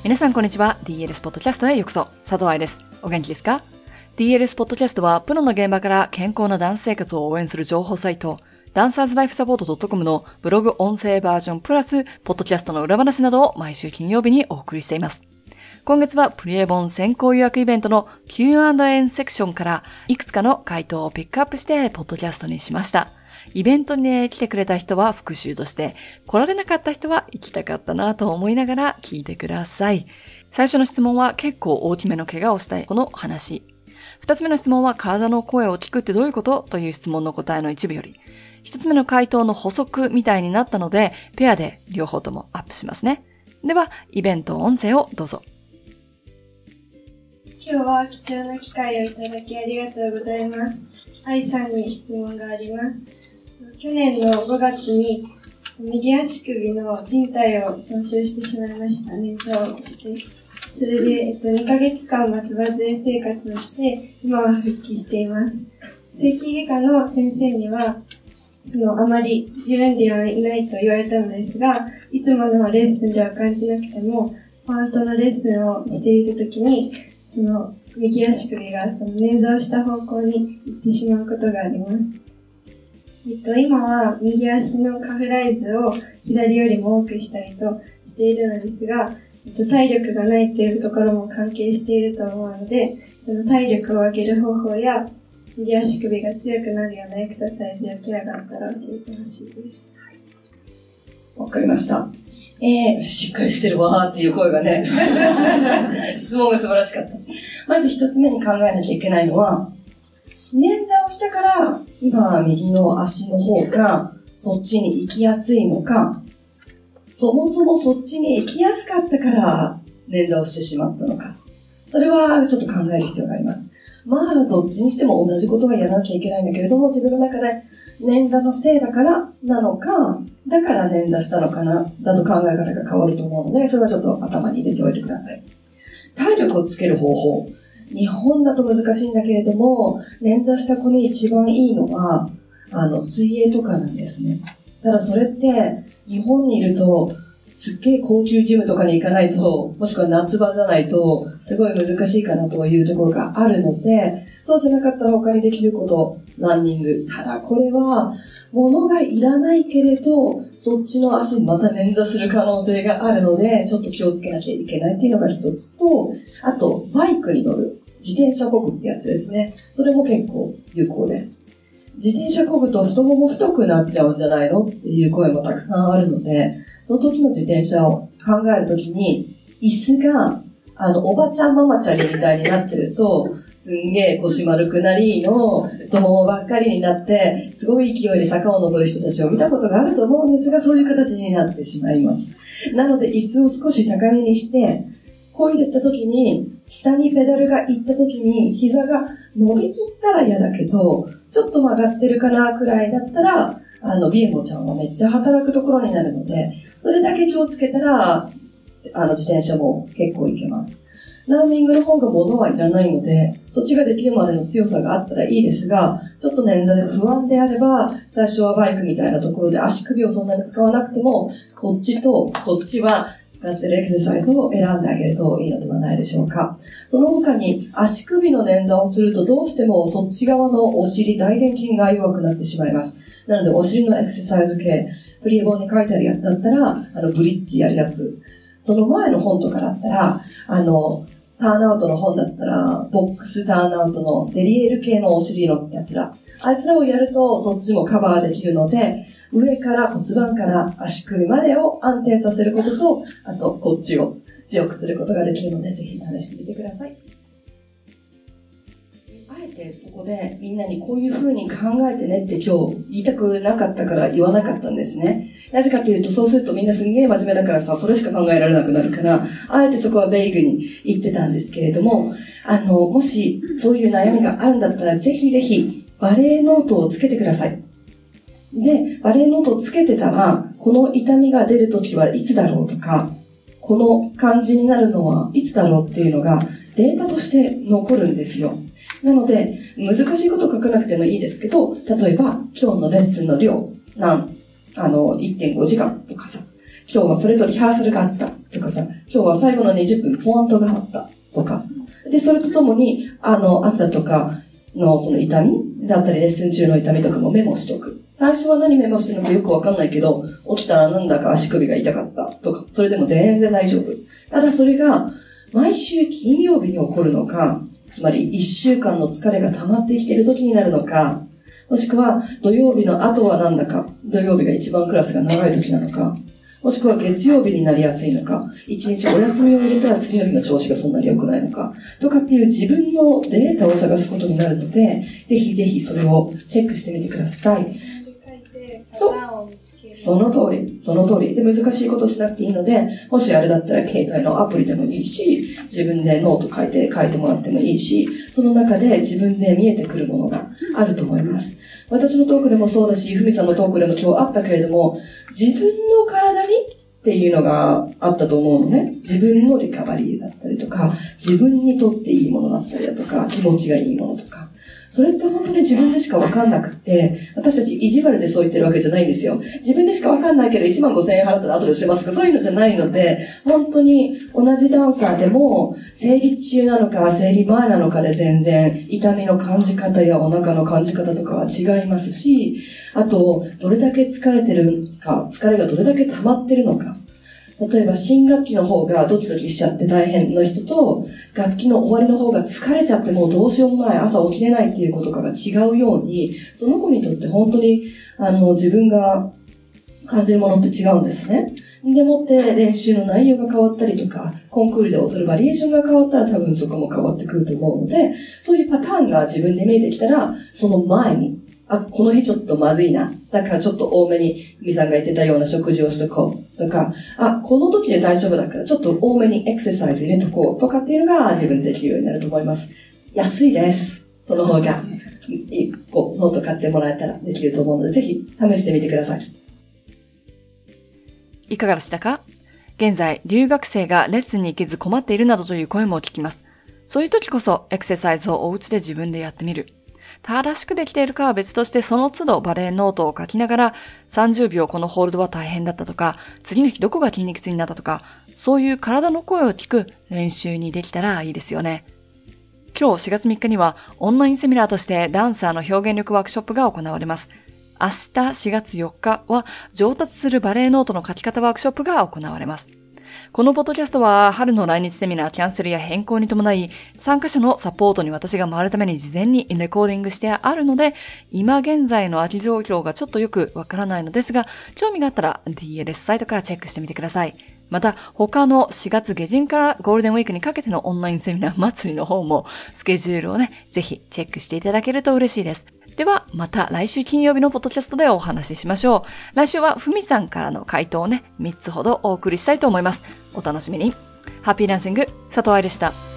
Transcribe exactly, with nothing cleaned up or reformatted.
皆さんこんにちは。 ディーエルエス ポッドキャストへようこそ。佐藤愛です。お元気ですか？ ディーエルエス ポッドキャストはプロの現場から健康なダンス生活を応援する情報サイト、ダンサーズライフサポート .com のブログ音声バージョンプラスポッドキャストの裏話などを毎週金曜日にお送りしています。今月はプリエボン先行予約イベントの キューアンドエー セクションからいくつかの回答をピックアップしてポッドキャストにしました。イベントに、ね、来てくれた人は復習として、来られなかった人は行きたかったなと思いながら聞いてください。最初の質問は結構大きめの怪我をしたこの話。二つ目の質問は体の声を聞くってどういうことという質問の答えの一部より。一つ目の回答の補足みたいになったので、ペアで両方ともアップしますね。では、イベント音声をどうぞ。 今日は貴重な機会をいただきありがとうございます。愛さんに質問があります。去年のごがつに右足首の靭帯を損傷してしまいました。捻挫をして。それで、えっと、にかげつかん松葉杖生活をして、今は復帰しています。整形外科の先生には、その、あまり緩んではいないと言われたのですが、いつものレッスンでは感じなくても、パートのレッスンをしているときに、その、右足首がその捻挫をした方向に行ってしまうことがあります。えっと、今は右足のカフライズを左よりも多くしたりとしているのですが、えっと、体力がないというところも関係していると思うので、その体力を上げる方法や、右足首が強くなるようなエクササイズやケアがあったら教えてほしいです。 わかりました。えー、しっかりしてるわーっていう声がね、質問が素晴らしかったです。まず一つ目に考えなきゃいけないのは、捻挫をしたから、今、右の足の方が、そっちに行きやすいのか、そもそもそっちに行きやすかったから、捻挫をしてしまったのか。それは、ちょっと考える必要があります。まあ、どっちにしても同じことはやらなきゃいけないんだけれども、自分の中で、捻挫のせいだからなのか、だから捻挫したのかな、だと考え方が変わると思うので、それはちょっと頭に入れておいてください。体力をつける方法。日本だと難しいんだけれども、捻挫した子に一番いいのは、あの、水泳とかなんですね。ただそれって、日本にいると、すっげえ高級ジムとかに行かないと、もしくは夏場じゃないと、すごい難しいかなというところがあるので、そうじゃなかったら他にできること、ランニング。ただこれは、物がいらないけれど、そっちの足にまた捻挫する可能性があるので、ちょっと気をつけなきゃいけないっていうのが一つと、あと、バイクに乗る。自転車漕ぐってやつですね。それも結構有効です。自転車漕ぐと太もも太くなっちゃうんじゃないのっていう声もたくさんあるので、その時の自転車を考えるときに、椅子が、あの、おばちゃんママチャリみたいになってると、すんげえ腰丸くなりの太ももばっかりになって、すごい勢いで坂を登る人たちを見たことがあると思うんですが、そういう形になってしまいます。なので、椅子を少し高めにして、漕いでった時に、下にペダルが行った時に、膝が伸びきったら嫌だけど、ちょっと曲がってるかなくらいだったら、あの、ビエモちゃんはめっちゃ働くところになるので、それだけ気をつけたら、あの、自転車も結構いけます。ランニングの方が物はいらないので、そっちができるまでの強さがあったらいいですが、ちょっと捻挫で不安であれば、最初はバイクみたいなところで足首をそんなに使わなくても、こっちとこっちは使ってるエクササイズを選んであげるといいのではないでしょうか。その他に足首の捻挫をするとどうしてもそっち側のお尻、大臀筋が弱くなってしまいます。なのでお尻のエクササイズ系、フリー本に書いてあるやつだったら、あのブリッジやるやつ。その前の本とかだったら、あの、ターンアウトの本だったら、ボックスターンアウトのデリエール系のお尻のやつら。あいつらをやるとそっちもカバーできるので、上から骨盤から足首までを安定させることと、あとこっちを強くすることができるので、ぜひ試してみてください。あえてそこでみんなにこういう風に考えてねって今日言いたくなかったから言わなかったんですね。なぜかというと、そうするとみんなすんげえ真面目だからさ、それしか考えられなくなるから、あえてそこはベイグに言ってたんですけれども、あの、もしそういう悩みがあるんだったら、ぜひぜひバレエノートをつけてください。で、バレエノートをつけてたら、この痛みが出るときはいつだろうとか、この感じになるのはいつだろうっていうのがデータとして残るんですよ。なので、難しいこと書かなくてもいいですけど、例えば、今日のレッスンの量、なん、あの、いってんごじかんとかさ、今日はそれとリハーサルがあった。 とかさ、今日は最後のにじゅっぷんポワントがあったとか。で、それとともに、あの、朝とかのその痛みだったり、レッスン中の痛みとかもメモしとく。最初は何メモしてるのかよくわかんないけど、起きたらなんだか足首が痛かったとか、それでも全然大丈夫。ただそれが、毎週金曜日に起こるのか、つまり一週間の疲れが溜まってきている時になるのか、もしくは土曜日の後はなんだか、土曜日が一番クラスが長い時なのか、もしくは月曜日になりやすいのか、一日お休みを入れたら次の日の調子がそんなに良くないのか、とかっていう自分のデータを探すことになるので、ぜひぜひそれをチェックしてみてください。そう。その通り、その通り。で、難しいことしなくていいので、もしあれだったら携帯のアプリでもいいし、自分でノート書いて書いてもらってもいいし、その中で自分で見えてくるものがあると思います。私のトークでもそうだし、ふみさんのトークでも今日あったけれども、自分の体にっていうのがあったと思うのね。自分のリカバリーだったりとか、自分にとっていいものだったりだとか、気持ちがいいものとか。それって本当に自分でしかわかんなくって、私たち意地悪でそう言ってるわけじゃないんですよ。自分でしかわかんないけどいちまんごせんえん払ったら後でしますか、そういうのじゃないので、本当に同じダンサーでも、生理中なのか生理前なのかで全然痛みの感じ方やお腹の感じ方とかは違いますし、あと、どれだけ疲れてるんですか、疲れがどれだけ溜まってるのか。例えば新学期の方がドキドキしちゃって大変な人と、学期の終わりの方が疲れちゃってもうどうしようもない、朝起きれないっていうことかが違うように、その子にとって本当にあの自分が感じるものって違うんですね。でもって練習の内容が変わったりとか、コンクールで踊るバリエーションが変わったら多分そこも変わってくると思うので、そういうパターンが自分で見えてきたら、その前に、あ、この日ちょっとまずいな。だからちょっと多めに、みさんが言ってたような食事をしとこう。とか、あ、この時で大丈夫だからちょっと多めにエクササイズ入れとこう。とかっていうのが自分でできるようになると思います。安いです。その方が、一個ノート買ってもらえたらできると思うので、ぜひ試してみてください。 いかがでしたか？現在、留学生がレッスンに行けず困っているなどという声も聞きます。そういう時こそエクササイズをお家で自分でやってみる。正しくできているかは別として、その都度バレエノートを書きながら、さんじゅうびょうこのホールドは大変だったとか、次の日どこが筋肉痛になったとか、そういう体の声を聞く練習にできたらいいですよね。今日しがつみっかにはオンラインセミナーとしてダンサーの表現力ワークショップが行われます。明日しがつよっかは上達するバレエノートの書き方ワークショップが行われます。このポッドキャストは春の来日セミナーキャンセルや変更に伴い、参加者のサポートに私が回るために事前にレコーディングしてあるので、今現在の空き状況がちょっとよくわからないのですが、興味があったら ディーエルエス サイトからチェックしてみてください。また、他のしがつ下旬からゴールデンウィークにかけてのオンラインセミナー祭りの方も、スケジュールをね、ぜひチェックしていただけると嬉しいです。では、また来週金曜日のポッドキャストでお話ししましょう。来週はふみさんからの回答をね、みっつほどお送りしたいと思います。お楽しみに。ハッピーランシング、佐藤愛でした。